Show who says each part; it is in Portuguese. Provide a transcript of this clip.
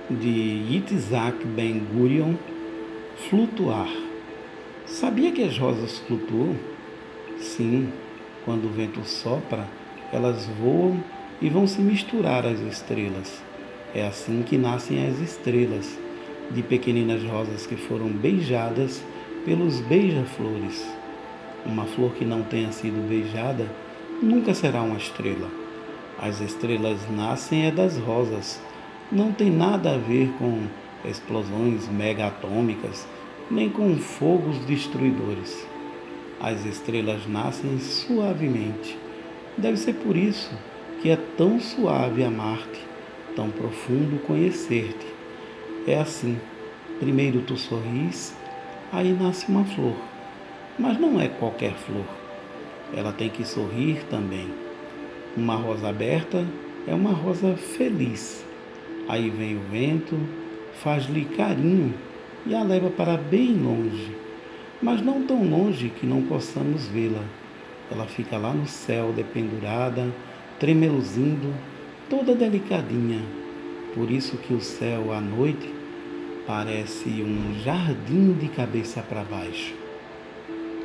Speaker 1: de Yitzhak Ben-Gurion, Flutuar. Sabia que as rosas flutuam? Sim, quando o vento sopra, elas voam e vão se misturar às estrelas. É assim que nascem as estrelas, de pequeninas rosas que foram beijadas pelos beija-flores. Uma flor que não tenha sido beijada nunca será uma estrela. As estrelas nascem das rosas. Não tem nada a ver com explosões megaatômicas, nem com fogos destruidores. As estrelas nascem suavemente. Deve ser por isso que é tão suave amar-te, tão profundo conhecer-te. É assim. Primeiro tu sorris, aí nasce uma flor. Mas não é qualquer flor. Ela tem que sorrir também. Uma rosa aberta é uma rosa feliz. Aí vem o vento, faz-lhe carinho e a leva para bem longe, mas não tão longe que não possamos vê-la. Ela fica lá no céu, dependurada, tremeluzindo, toda delicadinha. Por isso que o céu à noite parece um jardim de cabeça para baixo.